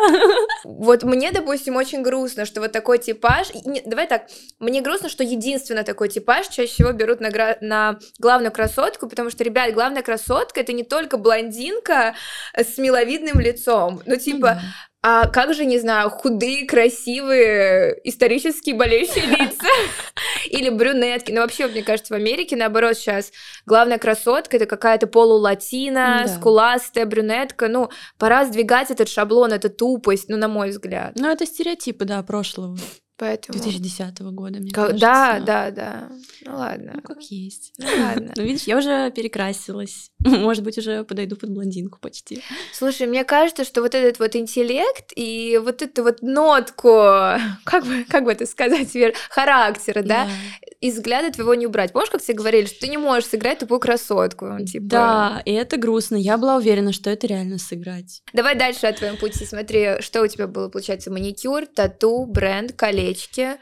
Вот мне, допустим, очень грустно, что вот такой типаж... Не, давай так, мне грустно, что единственный такой типаж чаще всего берут на, гра... на главную красотку, потому что, ребят, главная красотка — это не только блондинка с миловидным лицом. Ну типа... Ну, да. А как же, не знаю, худые, красивые, исторические болеющие лица? Или брюнетки. Ну, вообще, мне кажется, в Америке, наоборот, сейчас главная красотка — это какая-то полулатина, да. скуластая брюнетка. Ну, пора сдвигать этот шаблон, эту тупость, ну, на мой взгляд.
Ну, это стереотипы, да, прошлого.
Поэтому...
две тысячи десятого года, мне
как...
кажется.
Да, да, да. Ну, ладно.
Ну, как есть.
Ну, ладно.
Ну, видишь, я уже перекрасилась. Может быть, уже подойду под блондинку почти.
Слушай, мне кажется, что вот этот вот интеллект и вот эту вот нотку, как бы, как бы это сказать, Вер, характера, да, да, из взгляда твоего не убрать. Помнишь, как тебе говорили, что ты не можешь сыграть тупую красотку? Типа...
Да, и это грустно. Я была уверена, что это реально сыграть.
Давай дальше о твоем пути. Смотри, что у тебя было, получается, маникюр, тату, бренд, колечки,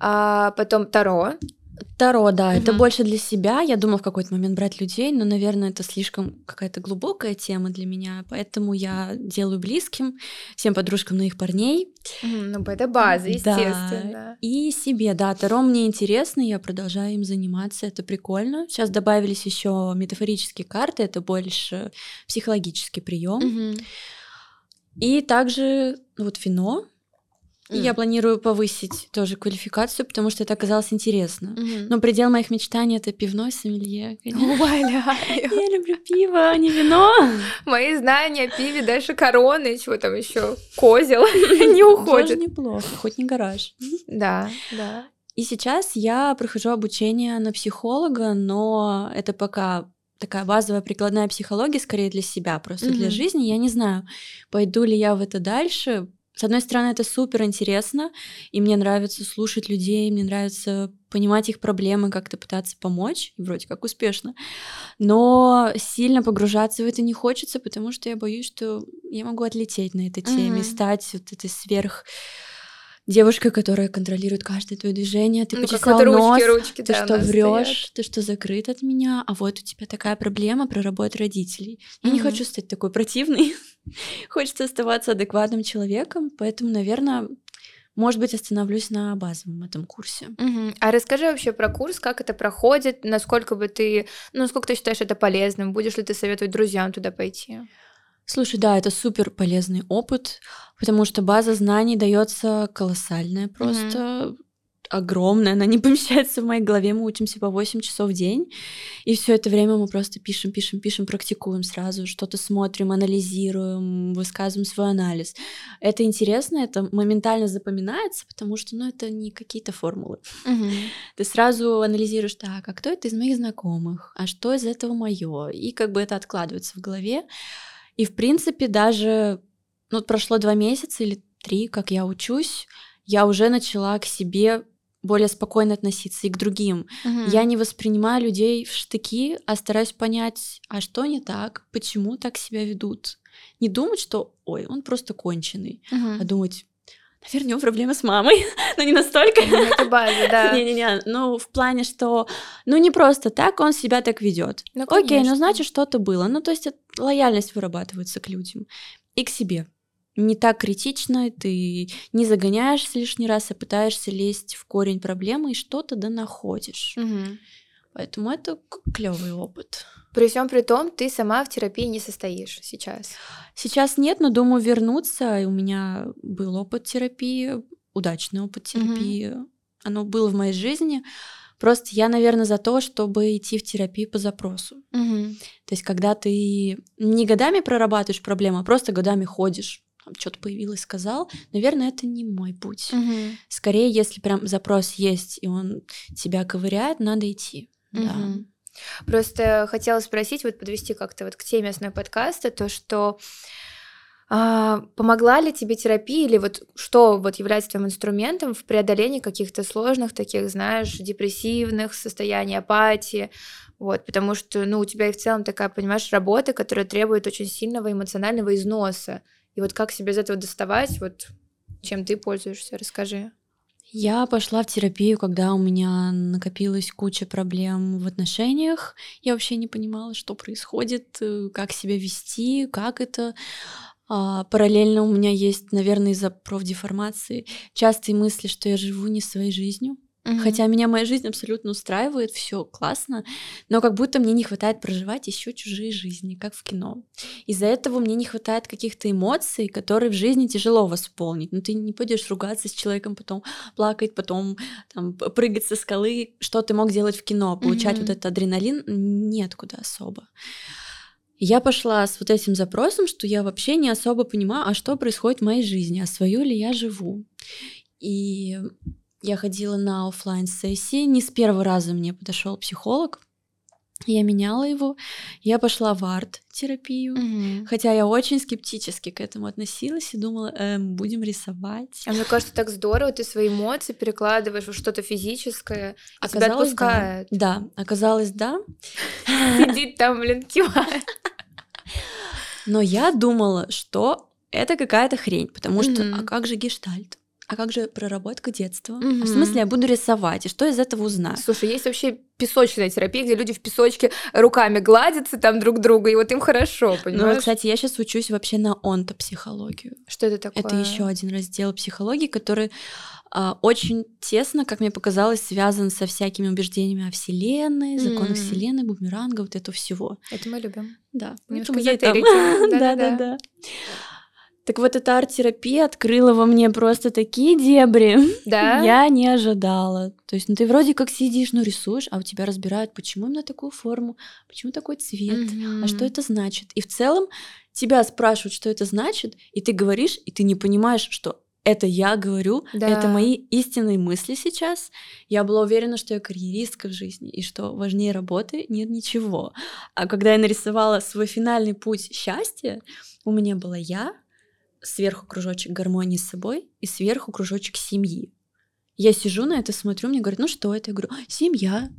а потом таро.
Таро, да,
Угу.
это больше для себя. Я думала в какой-то момент брать людей, но, наверное, это слишком какая-то глубокая тема для меня, поэтому я делаю близким, всем подружкам, но их парней.
Угу, ну, это база, естественно.
Да. И себе, да, таро мне интересно, я продолжаю им заниматься, это прикольно. Сейчас добавились еще метафорические карты, это больше психологический прием.
Угу.
И также вот вино. И mm. я планирую повысить тоже квалификацию, потому что это оказалось интересно. Mm-hmm. Но предел моих мечтаний — это пивной сомелье.
Умоляю.
Я люблю пиво, а не вино.
Мои знания о пиве дальше короны, чего там еще козел не уходит.
Тоже неплохо, хоть не гараж.
Да, да.
И сейчас я прохожу обучение на психолога, но это пока такая базовая прикладная психология, скорее для себя, просто mm-hmm. для жизни. Я не знаю, пойду ли я в это дальше. С одной стороны, это супер интересно, и мне нравится слушать людей, мне нравится понимать их проблемы, как-то пытаться помочь, и вроде как успешно. Но сильно погружаться в это не хочется, потому что я боюсь, что я могу отлететь на этой теме, mm-hmm. стать вот этой сверх... девушка, которая контролирует каждое твое движение, ты ну, почесал нос, ручки, ручки, ты да, что врешь, ты что закрыт от меня, а вот у тебя такая проблема, проработать родителей. Я mm-hmm. не хочу стать такой противной, хочется оставаться адекватным человеком, поэтому, наверное, может быть, остановлюсь на базовом этом курсе.
Mm-hmm. А расскажи вообще про курс, как это проходит, насколько бы ты, ну, насколько ты считаешь это полезным, будешь ли ты советовать друзьям туда пойти?
Слушай, да, это супер полезный опыт, потому что база знаний дается колоссальная, просто mm-hmm. огромная, она не помещается в моей голове, мы учимся по восемь часов в день, и все это время мы просто пишем, пишем, пишем, практикуем сразу, что-то смотрим, анализируем, высказываем свой анализ. Это интересно, это моментально запоминается, потому что, ну, это не какие-то формулы. Mm-hmm. Ты сразу анализируешь, так, а кто это из моих знакомых, а что из этого моё, и как бы это откладывается в голове. И, в принципе, даже ну, прошло два месяца или три, как я учусь, я уже начала к себе более спокойно относиться и к другим. Mm-hmm. Я не воспринимаю людей в штыки, а стараюсь понять, а что не так, почему так себя ведут. Не думать, что, ой, он просто конченый, mm-hmm. а думать, Наверное, у него проблемы с мамой, но не настолько.
Ну, это база, да.
Не-не-не, ну, в плане, что, ну, не просто так он себя так ведет.
Ну,
Окей,
конечно.
ну, значит, что-то было. Ну, то есть это- лояльность вырабатывается к людям и к себе. Не так критично, ты не загоняешься лишний раз, а пытаешься лезть в корень проблемы и что-то да находишь.
Мгм.
Поэтому это клевый опыт.
При всем при том, ты сама в терапии не состоишь сейчас.
Сейчас нет, но думаю вернуться. И у меня был опыт терапии, удачный опыт
Мгм.
терапии. Оно было в моей жизни. Просто я, наверное, за то, чтобы идти в терапию по запросу.
Мгм.
То есть, когда ты не годами прорабатываешь проблему, а просто годами ходишь, там что-то появилось, сказал, наверное, это не мой путь.
Мгм.
Скорее, если прям запрос есть, и он тебя ковыряет, надо идти. Да.
Мгм. Просто хотела спросить, вот подвести как-то вот к теме основной подкаста, то, что а, помогла ли тебе терапия или вот что вот является твоим инструментом в преодолении каких-то сложных таких, знаешь, депрессивных состояний, апатии, вот, потому что, ну, у тебя и в целом такая, понимаешь, работа, которая требует очень сильного эмоционального износа, и вот как себе из этого доставать, вот, чем ты пользуешься, расскажи.
Я пошла в терапию, когда у меня накопилась куча проблем в отношениях. Я вообще не понимала, что происходит, э, как себя вести, как это. А, параллельно у меня есть, наверное, из-за профдеформации частые мысли, что я живу не своей жизнью.
Мгм.
Хотя меня моя жизнь абсолютно устраивает, все классно, но как будто мне не хватает проживать еще чужие жизни, как в кино. Из-за этого мне не хватает каких-то эмоций, которые в жизни тяжело восполнить. Ну, ты не пойдешь ругаться с человеком, потом плакать, потом там, п- прыгать со скалы, что ты мог делать в кино, получать
Мгм.
вот этот адреналин, нет куда особо. И я пошла с вот этим запросом, что я вообще не особо понимаю, а что происходит в моей жизни, а свою ли я живу. И я ходила на оффлайн сессии, не с первого раза мне подошел психолог, я меняла его, я пошла в арт-терапию,
Мгм.
хотя я очень скептически к этому относилась и думала, эм, будем рисовать.
А мне кажется, так здорово, ты свои эмоции перекладываешь во что-то физическое, и тебя
Оказалось, да.
отпускает.
Да, оказалось, да.
Сидит там, блин, кивает.
Но я думала, что это какая-то хрень, потому что, а
Мгм.
как же гештальт? А как же проработка детства? А в
Мгм.
смысле, я буду рисовать, и что из этого узнаю?
Слушай, есть вообще песочная терапия, где люди в песочке руками гладятся там друг друга, и вот им хорошо,
Ну, вот,
понимаешь?
кстати, я сейчас учусь вообще на онтопсихологию.
Что это такое?
Это еще один раздел психологии, который а, очень тесно, как мне показалось, связан со всякими убеждениями о Вселенной, законах
М.
Вселенной, бумеранга, вот этого всего.
Это мы любим.
Да,
Немножко
поэтому я там.
эзотерики. Да-да-да.
Да-да-да. Так вот, эта арт-терапия открыла во мне просто такие дебри.
Да?
Я не ожидала. То есть, ну ты вроде как сидишь, ну рисуешь, а у тебя разбирают, почему именно такую форму, почему такой цвет, а что
Мгм.
это значит. И в целом тебя спрашивают, что это значит, и ты говоришь, и ты не понимаешь, что это я говорю,
Да.
это мои истинные мысли сейчас. Я была уверена, что я карьеристка в жизни, и что важнее работы нет ничего. А когда я нарисовала свой финальный путь счастья, у меня была я, сверху кружочек гармонии с собой и сверху кружочек семьи. Я сижу на это, смотрю, мне говорят, ну что это? Я говорю, семья.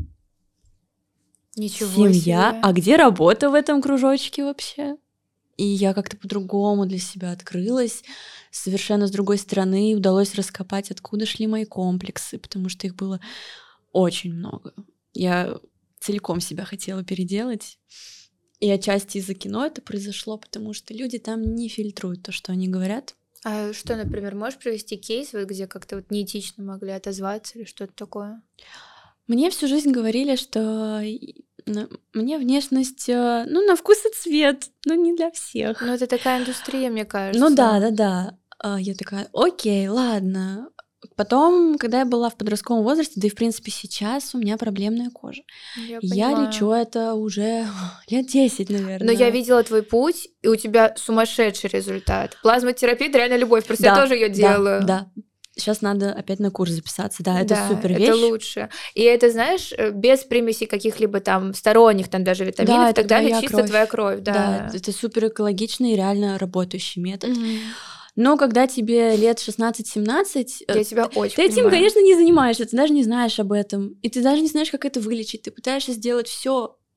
Ничего
Семья?
себе.
А где работа в этом кружочке вообще? И я как-то по-другому для себя открылась, совершенно с другой стороны удалось раскопать, откуда шли мои комплексы, потому что их было очень много. Я целиком себя хотела переделать. И отчасти из-за кино это произошло, потому что люди там не фильтруют то, что они говорят.
А что, например, можешь привести кейс, вот, где как-то вот неэтично могли отозваться или что-то такое?
Мне всю жизнь говорили, что и- ну, мне внешность, э, ну, на вкус и цвет, но не для всех.
Ну, это такая индустрия, мне кажется.
Ну да, да, да. А, Я такая, окей, ладно. Потом, когда я была в подростковом возрасте, да и в принципе сейчас у меня проблемная кожа.
Я
Я
понимаю.
лечу это уже лет десять, наверное.
Но я видела твой путь, и у тебя сумасшедший результат. Плазмотерапия — это реально любовь, просто я
Да,
тоже ее
да,
делаю.
Да, сейчас надо опять на курс записаться. Да, это
Да,
супер
это
вещь.
лучше. И это, знаешь, э, без примесей каких-либо там сторонних, там даже витаминов
Да,
и
это
так далее,
твоя
чисто
кровь.
твоя кровь,
Да,
да.
это супер экологичный и реально работающий метод.
Мгм.
Но когда тебе лет шестнадцать-семнадцать, э,
Я тебя очень
ты этим,
понимаю.
конечно, не занимаешься, ты даже не знаешь об этом, и ты даже не знаешь, как это вылечить. Ты пытаешься сделать все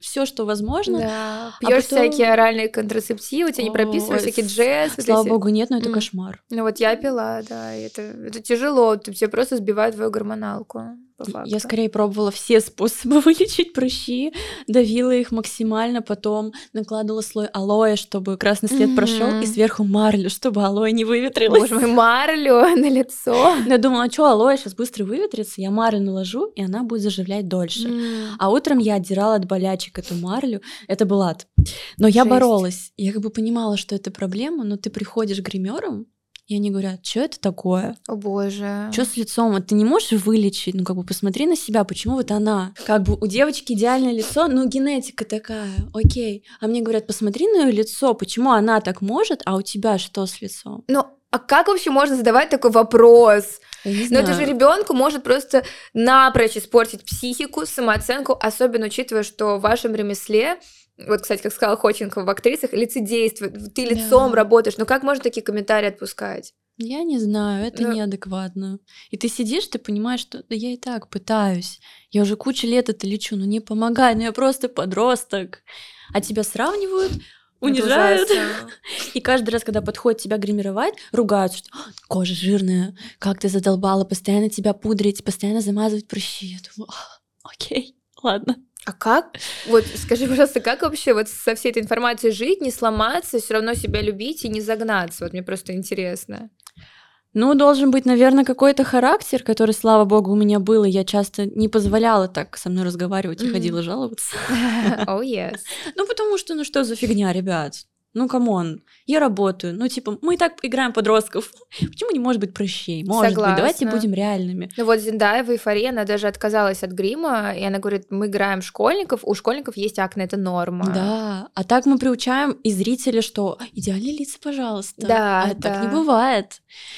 все, что возможно.
Да,
А
пьешь
потом-
всякие оральные контрацептивы, тебя не прописывали,
Ой,
всякие
с-
джесс. вот
Слава
эти.
богу, нет, но это
М.
кошмар.
Ну вот я пила, да, и это, это тяжело, ты- тебе просто сбивают твою гормоналку, по факту.
Я скорее пробовала все способы вылечить прыщи, давила их максимально, потом накладывала слой алоэ, чтобы красный след прошел, и
Мгм.
сверху марлю, чтобы алоэ не выветрилось.
Боже мой, марлю на лицо.
Но я думала, а что алоэ сейчас быстро выветрится, я марлю наложу, и она будет заживлять дольше.
М.
А утром я отдирала от болячек эту марлю, это был ад. Но я
Жесть.
боролась, я как бы понимала, что это проблема, но ты приходишь к гримерам, и они говорят, что это такое?
О боже.
Что с лицом? Вот ты не можешь вылечить? Ну, как бы посмотри на себя, почему вот она? Как бы у девочки идеальное лицо, ну, генетика такая, окей. А мне говорят, посмотри на ее лицо, почему она так может, а у тебя что с лицом?
Ну, а как вообще можно задавать такой вопрос?
Я не
Но
знаю.
это же ребенку может просто напрочь испортить психику, самооценку, особенно учитывая, что в вашем ремесле, вот, кстати, как сказала Ходченкова, в актрисах лицедейство, ты
Да.
лицом работаешь. Ну как можно такие комментарии отпускать?
Я не знаю, это
Ну-
неадекватно. И ты сидишь, ты понимаешь, что да я и так пытаюсь. Я уже кучу лет это лечу, ну не помогай, ну я просто подросток. А тебя сравнивают, унижают.
Это ужасно.
И каждый раз, когда подходит тебя гримировать, ругаются, что «А, кожа жирная, как ты задолбала, постоянно тебя пудрить, постоянно замазывать прыщи. Я думаю, «А, окей, ладно.
А как? Вот скажи, пожалуйста, как вообще вот со всей этой информацией жить, не сломаться, все равно себя любить и не загнаться? Вот мне просто интересно.
Ну, должен быть, наверное, какой-то характер, который, слава богу, у меня был, и я часто не позволяла так со мной разговаривать и
Мгм.
ходила жаловаться.
Oh, yes.
Ну, потому что, ну что за фигня, ребят? Ну, камон, я работаю. Ну, типа, мы и так играем подростков. Почему не может быть прыщей? Может быть, давайте
Согласна.
будем реальными.
Ну вот Зендая в «Эйфории», она даже отказалась от грима, и она говорит, мы играем школьников, у школьников есть акне, это норма.
Да, а так мы приучаем и зрителя, что идеальные лица, пожалуйста.
Да,
а так не
да.
бывает.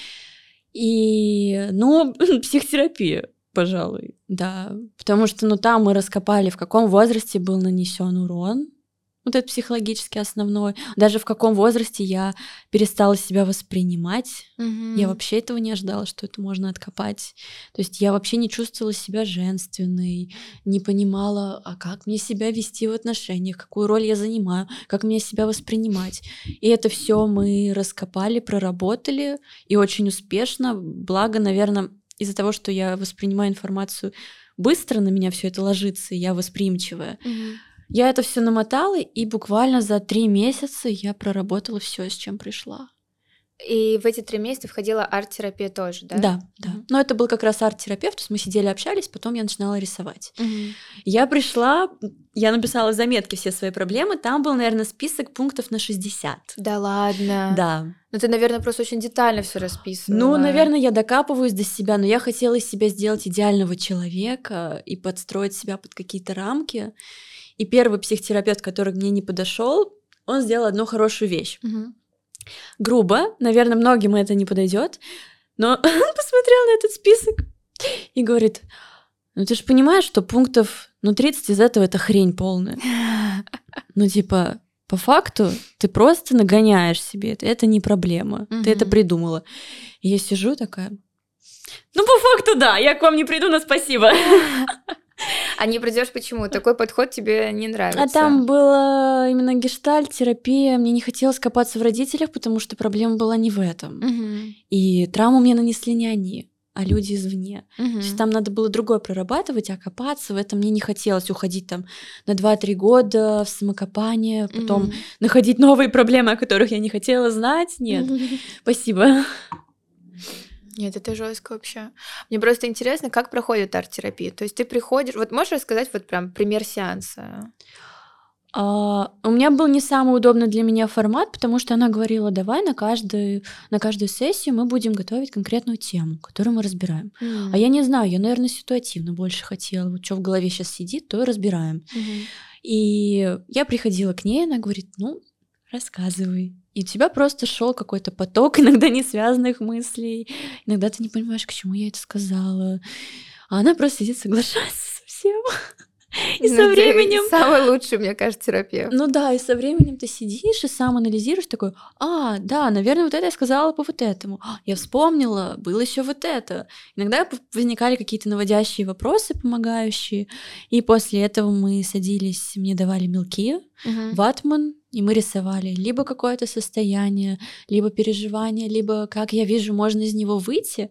И, ну, психотерапия, пожалуй, да. Потому что, ну, там мы раскопали, в каком возрасте был нанесен урон. Вот это психологически основной. Даже в каком возрасте я перестала себя воспринимать.
Мгм.
Я вообще этого не ожидала, что это можно откопать. То есть я вообще не чувствовала себя женственной, не понимала, а как мне себя вести в отношениях, какую роль я занимаю, как мне себя воспринимать. И это все мы раскопали, проработали, и очень успешно. Благо, наверное, из-за того, что я воспринимаю информацию быстро, на меня все это ложится, и я восприимчивая.
Мгм.
Я это все намотала, и буквально за три месяца я проработала все, с чем пришла.
И в эти три месяца входила арт-терапия тоже, да?
Да, да.
Мгм.
Но это был как раз арт-терапевт, то есть мы сидели, общались, потом я начинала рисовать.
Мгм.
Я пришла, я написала в заметке все свои проблемы, там был, наверное, список пунктов на шестьдесят.
Да ладно.
Да.
Ну ты, наверное, просто очень детально все расписывала.
Ну, наверное, я докапываюсь до себя, но я хотела из себя сделать идеального человека и подстроить себя под какие-то рамки. И первый психотерапевт, который мне не подошел, он сделал одну хорошую вещь.
Мгм.
Грубо, наверное, многим это не подойдет, но он посмотрел на этот список и говорит, ну ты же понимаешь, что пунктов, ну тридцать из этого это хрень полная. Ну типа, по факту ты просто нагоняешь себе это, это не проблема, ты это
Мгм.
придумала. И я сижу такая, ну по факту да, я к вам не приду, но спасибо.
А не придешь почему? Такой подход тебе не нравится?
А там была именно гештальт-терапия, мне не хотелось копаться в родителях, потому что проблема была не в этом.
Мгм.
И травму мне нанесли не они, а люди извне. То есть
Мгм.
там надо было другое прорабатывать, а копаться в этом мне не хотелось. Уходить там на два-три года в самокопание, потом
Мгм.
находить новые проблемы, о которых я не хотела знать. Нет, спасибо.
Нет, это жестко вообще. Мне просто интересно, как проходит арт-терапия. То есть ты приходишь... Вот можешь рассказать вот прям пример сеанса?
А, у меня был не самый удобный для меня формат, потому что она говорила, давай на каждую, на каждую сессию мы будем готовить конкретную тему, которую мы разбираем. А я не знаю, я, наверное, ситуативно больше хотела. Вот что в голове сейчас сидит, то и разбираем.
Мгм.
И я приходила к ней, она говорит, ну, рассказывай. И у тебя просто шел какой-то поток иногда не связанных мыслей. Иногда ты не понимаешь, к чему я это сказала. А она просто сидит, соглашается со всем. И со временем...
Самый лучший, мне кажется, терапевт.
Ну да, и со временем ты сидишь и сам анализируешь, такой, а, да, наверное, вот это я сказала по вот этому. А, я вспомнила, было еще вот это. Иногда возникали какие-то наводящие вопросы, помогающие, и после этого мы садились, мне давали мелки,
Мгм.
ватман, и мы рисовали либо какое-то состояние, либо переживание, либо как я вижу, можно из него выйти.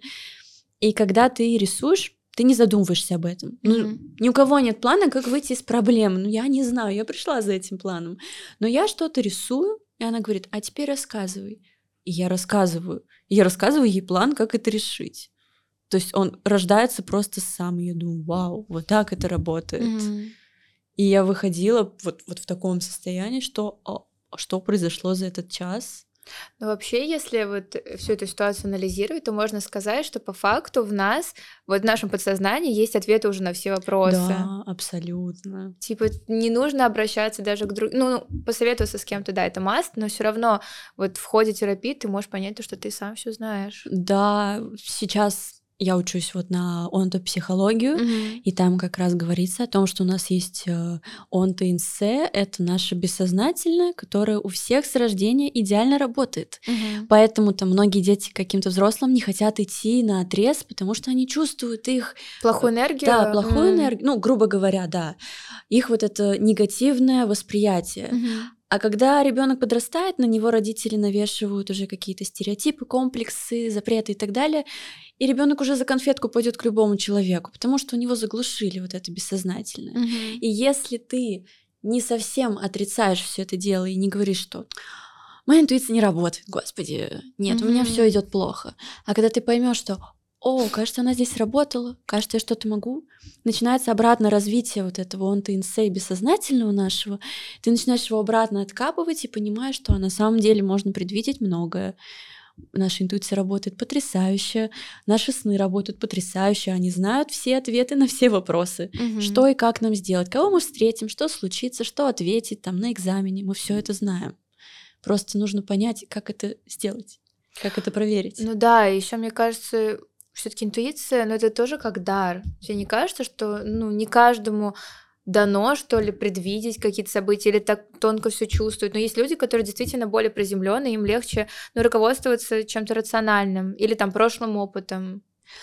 И когда ты рисуешь, ты не задумываешься об этом. Ну,
Мгм.
ни у кого нет плана, как выйти из проблемы. Ну, я не знаю, я пришла за этим планом. Но я что-то рисую, и она говорит, а теперь рассказывай. И я рассказываю. И я рассказываю ей план, как это решить. То есть он рождается просто сам. И я думаю, вау, вот так это работает.
Мгм.
И я выходила вот, вот в таком состоянии, что а, что произошло за этот час.
Ну, вообще, если вот всю эту ситуацию анализировать, то можно сказать, что по факту в нас, вот в нашем подсознании есть ответы уже на все вопросы.
Да, абсолютно.
Типа, не нужно обращаться даже к другим, ну, ну, посоветоваться с кем-то, да, это must, но все равно вот в ходе терапии ты можешь понять то, что ты сам все знаешь.
Да, сейчас я учусь вот на онтопсихологию,
Мгм.
и там как раз говорится о том, что у нас есть э, онтоинсе, это наше бессознательное, которое у всех с рождения идеально работает.
Мгм.
Поэтому-то многие дети к каким-то взрослым не хотят идти на отрез, потому что они чувствуют их,
Плохую энергию.
да, плохую
М.
энергию, ну, грубо говоря, да, их вот это негативное восприятие.
Мгм.
А когда ребенок подрастает, на него родители навешивают уже какие-то стереотипы, комплексы, запреты и так далее, и ребенок уже за конфетку пойдет к любому человеку, потому что у него заглушили вот это бессознательное.
Мгм.
И если ты не совсем отрицаешь все это дело и не говоришь, что моя интуиция не работает, господи, нет, у меня
Мгм.
все идет плохо. А когда ты поймешь, что о, кажется, она здесь работала, кажется, я что-то могу, начинается обратно развитие вот этого онтоинсе бессознательного нашего, ты начинаешь его обратно откапывать и понимаешь, что на самом деле можно предвидеть многое. Наша интуиция работает потрясающе, наши сны работают потрясающе, они знают все ответы на все вопросы.
Мгм.
Что и как нам сделать, кого мы встретим, что случится, что ответить там на экзамене, мы все это знаем. Просто нужно понять, как это сделать, как это проверить.
Ну да, еще мне кажется, все-таки интуиция, но это тоже как дар. Тебе не кажется, что ну не каждому дано, что ли, предвидеть какие-то события или так тонко все чувствуют. Но есть люди, которые действительно более приземленные, им легче ну, руководствоваться чем-то рациональным или там прошлым опытом.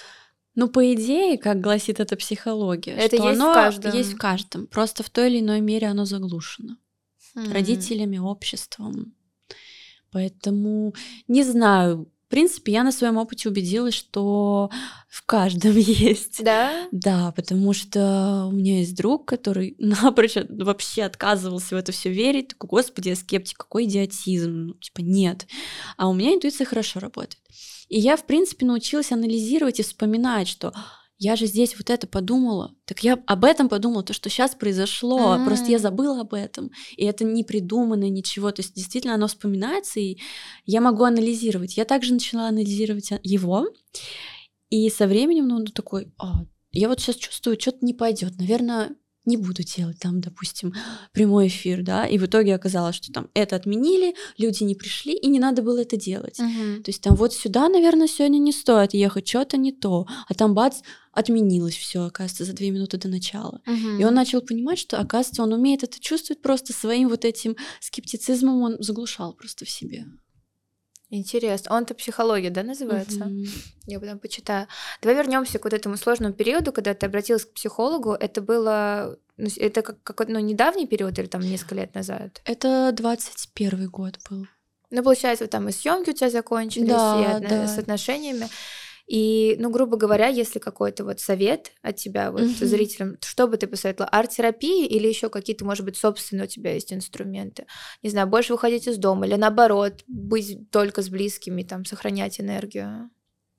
Ну, по идее, как гласит эта психология,
Это
что
есть в
оно
каждом.
есть в каждом, просто в той или иной мере оно заглушено
М.
родителями, обществом. Поэтому не знаю. В принципе, я на своем опыте убедилась, что в каждом есть.
Да?
Да, потому что у меня есть друг, который напрочь от- вообще отказывался в это все верить. Такой, господи, я скептик, какой идиотизм. Ну, типа, нет. А у меня интуиция хорошо работает. И я, в принципе, научилась анализировать и вспоминать, что я же здесь вот это подумала. Так я об этом подумала, то, что сейчас произошло. Просто я
М.
забыла об этом. И это не придумано ничего. То есть действительно оно вспоминается, и я могу анализировать. Я также начала анализировать а, его. И со временем, ну, он такой, а, я вот сейчас чувствую, что-то не пойдет. Наверное, не буду делать там, допустим, прямой эфир, да. И в итоге оказалось, что там это отменили, люди не пришли, и не надо было это делать.
Мгм.
То есть там вот сюда, наверное, сегодня не стоит ехать, что-то не то. А там бац, отменилось все, оказывается, за две минуты до начала. И он
Мгм.
начал понимать, что, оказывается, он умеет это чувствовать просто своим вот этим скептицизмом, он заглушал просто в себе.
Интересно. Он-то психология, да, называется?
Мгм.
Я потом почитаю. Давай вернемся к вот этому сложному периоду, когда ты обратилась к психологу. Это было, ну, с- это как какой-то ну, недавний период или там несколько лет назад?
Это двадцать первый год был.
Ну, получается, вот там и съемки у тебя закончились, и
Да,
отно- с
да.
отношениями. И, ну, грубо говоря, если какой-то вот совет от тебя, вот
Мгм.
зрителям, что бы ты посоветовала? Арт-терапии или еще какие-то, может быть, собственные у тебя есть инструменты? Не знаю, больше выходить из дома или наоборот, быть только с близкими, там, сохранять энергию?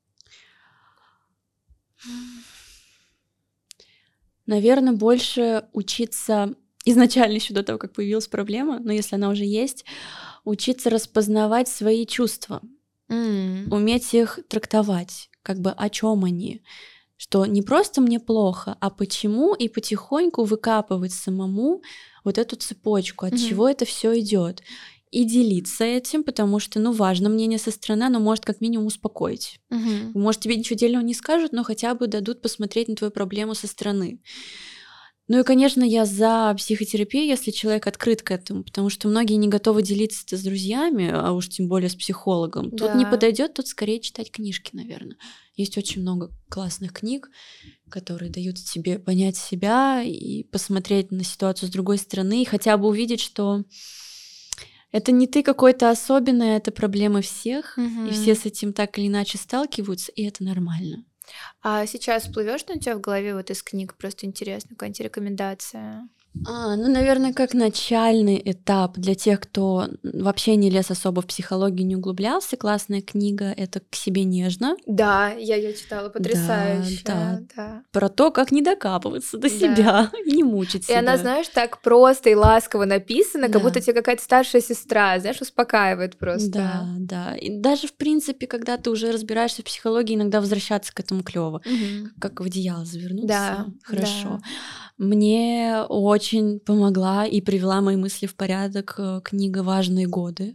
Наверное, больше учиться изначально еще до того, как появилась проблема, но если она уже есть, учиться распознавать свои чувства,
М.
уметь их трактовать, как бы о чем они, что не просто мне плохо, а почему, и потихоньку выкапывать самому вот эту цепочку, от
Мгм.
чего это все идет, и делиться этим, потому что, ну, важно мнение со стороны, оно может как минимум успокоить.
Мгм.
Может, тебе ничего дельного не скажут, но хотя бы дадут посмотреть на твою проблему со стороны. Ну и, конечно, я за психотерапию, если человек открыт к этому, потому что многие не готовы делиться это с друзьями, а уж тем более с психологом. Тут не
Да.
подойдет, тут скорее читать книжки, наверное. Есть очень много классных книг, которые дают тебе понять себя и посмотреть на ситуацию с другой стороны, и хотя бы увидеть, что это не ты какой-то особенный, это проблемы всех,
Мгм.
и все с этим так или иначе сталкиваются, и это нормально.
А сейчас всплывёт что у тебя в голове вот из книг? Просто интересно, какая-нибудь рекомендация?
А, ну, наверное, как начальный этап для тех, кто м, вообще не лез особо в психологию, не углублялся, классная книга — это «К себе нежно».
Да, я её читала,
Да, да,
потрясающая, да.
про то, как не докапываться до
Да.
себя и не мучить
И она,
себя.
знаешь, так просто и ласково написана, как будто
Да.
тебе какая-то старшая сестра, знаешь, успокаивает
Да,
просто.
да. И даже, в принципе, когда ты уже разбираешься в психологии, иногда возвращаться к этому клёво.
Мгм.
Как в одеяло завернуться.
Да,
Хорошо.
да.
Мне очень помогла и привела мои мысли в порядок э, книга «Важные годы».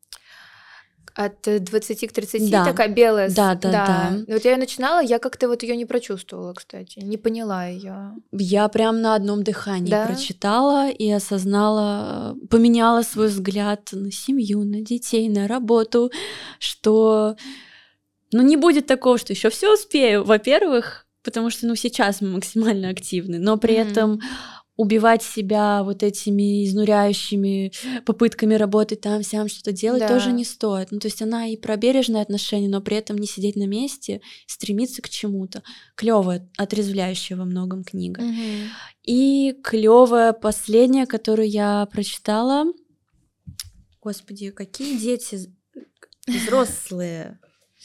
От э, двадцати к тридцати
Да,
такая белая с
да, да,
да.
да.
Ну вот я её начинала, я как-то вот её не прочувствовала, кстати, не поняла её.
Я прям на одном дыхании
Да?
прочитала и осознала, э, поменяла свой взгляд на семью, на детей, на работу, что, ну, не будет такого, что еще все успею, во-первых, потому что, ну, сейчас мы максимально активны, но при этом
Мгм.
убивать себя вот этими изнуряющими попытками работать там, сям, что-то делать тоже не
Да.
стоит. Ну, то есть она и про бережное отношение, но при этом не сидеть на месте, стремиться к чему-то. Клёвая, отрезвляющая во многом книга.
Мгм.
И клёвая последняя, которую я прочитала. Господи, какие дети з- взрослые.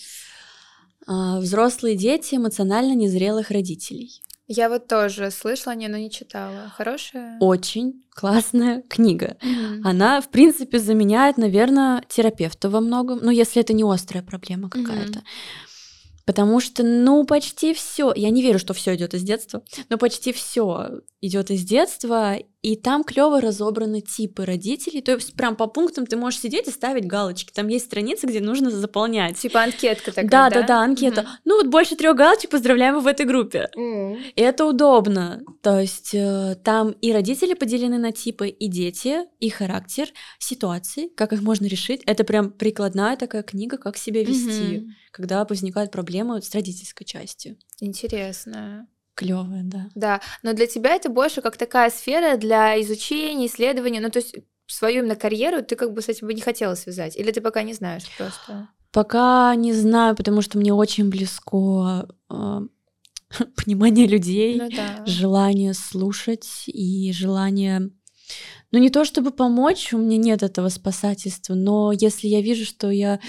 А, Взрослые дети эмоционально незрелых родителей.
Я вот тоже слышала о ней, но не читала. Хорошая?
Очень классная книга.
Мгм.
Она, в принципе, заменяет, наверное, терапевта во многом, ну, если это не острая проблема какая-то.
Мгм.
Потому что, ну, почти все, я не верю, что все идет из детства, но почти все идет из детства, и там клево разобраны типы родителей. То есть прям по пунктам ты можешь сидеть и ставить галочки. Там есть страницы, где нужно заполнять.
Типа анкетка такая,
Да,
да?
да, да, анкета.
Мгм.
Ну вот больше трех галочек, поздравляем, вы в этой группе.
М.
И это удобно. То есть э, там и родители поделены на типы, и дети, и характер, ситуации, как их можно решить. Это прям прикладная такая книга, как себя вести,
Мгм.
когда возникают проблемы с родительской частью.
Интересно.
Клевая, да.
Да, но для тебя это больше как такая сфера для изучения, исследования. Ну, то есть свою именно карьеру ты как бы с этим бы не хотела связать? Или ты пока не знаешь просто?
Пока не знаю, потому что мне очень близко э, понимание людей,
Ну да.
желание слушать и желание, ну, не то чтобы помочь, у меня нет этого спасательства, но если я вижу, что я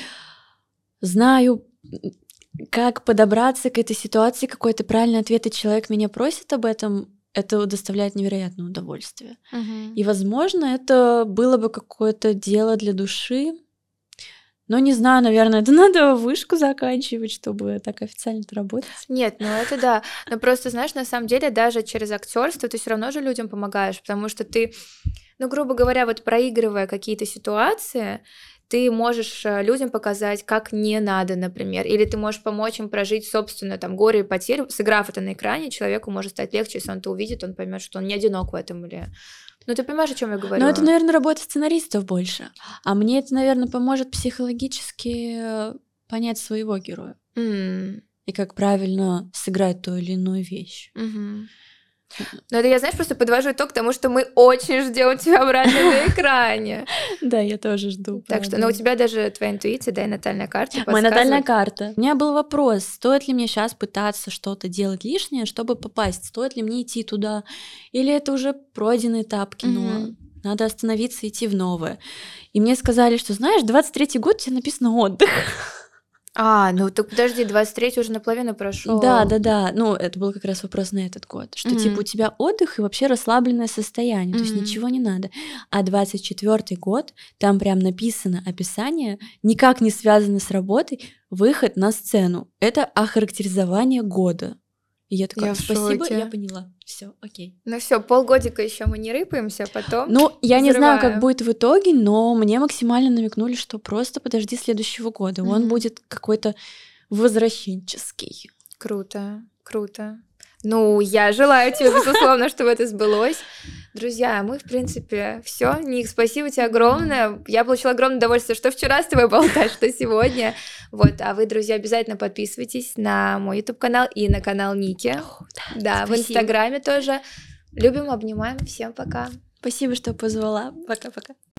знаю, м, как подобраться к этой ситуации, какой-то правильный ответ, и человек меня просит об этом, это доставляет невероятное удовольствие.
Мгм.
И, возможно, это было бы какое-то дело для души, но не знаю, наверное, это надо вышку заканчивать, чтобы так официально работать.
Нет, ну это да. Но просто, знаешь, на самом деле даже через актерство ты все равно же людям помогаешь, потому что ты, ну, грубо говоря, вот проигрывая какие-то ситуации, ты можешь э, людям показать, как не надо, например, или ты можешь помочь им прожить собственное там горе и потерю, сыграв это на экране, человеку может стать легче, если он это увидит, он поймет, что он не одинок в этом или... Ну, ты понимаешь, о чем я говорю?
Но это, наверное, работа сценаристов больше. А мне это, наверное, поможет психологически э, понять своего героя
М,
и как правильно сыграть ту или иную вещь.
мгм. Ну, это я, знаешь, просто подвожу итог тому, что мы очень ждем тебя обратно на экране.
Да, я тоже жду.
Так что, ну, у тебя даже твоя интуиция, да, и натальная карта
Моя натальная
подсказывают.
карта. У меня был вопрос, стоит ли мне сейчас пытаться что-то делать лишнее, чтобы попасть? Стоит ли мне идти туда? Или это уже пройденный этап кино?
Мгм.
Надо остановиться и идти в новое. И мне сказали, что, знаешь, двадцать третий год, тебе написано отдых.
А, ну так подожди, двадцать третий уже наполовину прошел.
Да, да, да. Ну, это был как раз вопрос на этот год. Что, типа, у тебя отдых и вообще расслабленное состояние, то есть
Мгм.
ничего не надо. А двадцать четвёртый год, там прям написано описание, никак не связано с работой, выход на сцену. Это охарактеризование года. И я такая,
Я в
спасибо,
шоке.
я поняла. Все, окей.
Ну все, полгодика еще мы не рыпаемся, потом
Ну, я не знаю, как
взрываем.
будет в итоге, но мне максимально намекнули, что просто подожди следующего года. Он
Мгм.
будет какой-то возвращенческий.
Круто, круто. Ну, я желаю тебе, безусловно, чтобы это сбылось. Друзья, мы, в принципе, все. Ник, спасибо тебе огромное. Я получила огромное удовольствие, что вчера с тобой болтать, что сегодня. Вот, а вы, друзья, обязательно подписывайтесь на мой YouTube-канал и на канал Ники.
О, да,
да, в Инстаграме тоже. Любим, обнимаем. Всем пока.
Спасибо, что позвала. Пока-пока.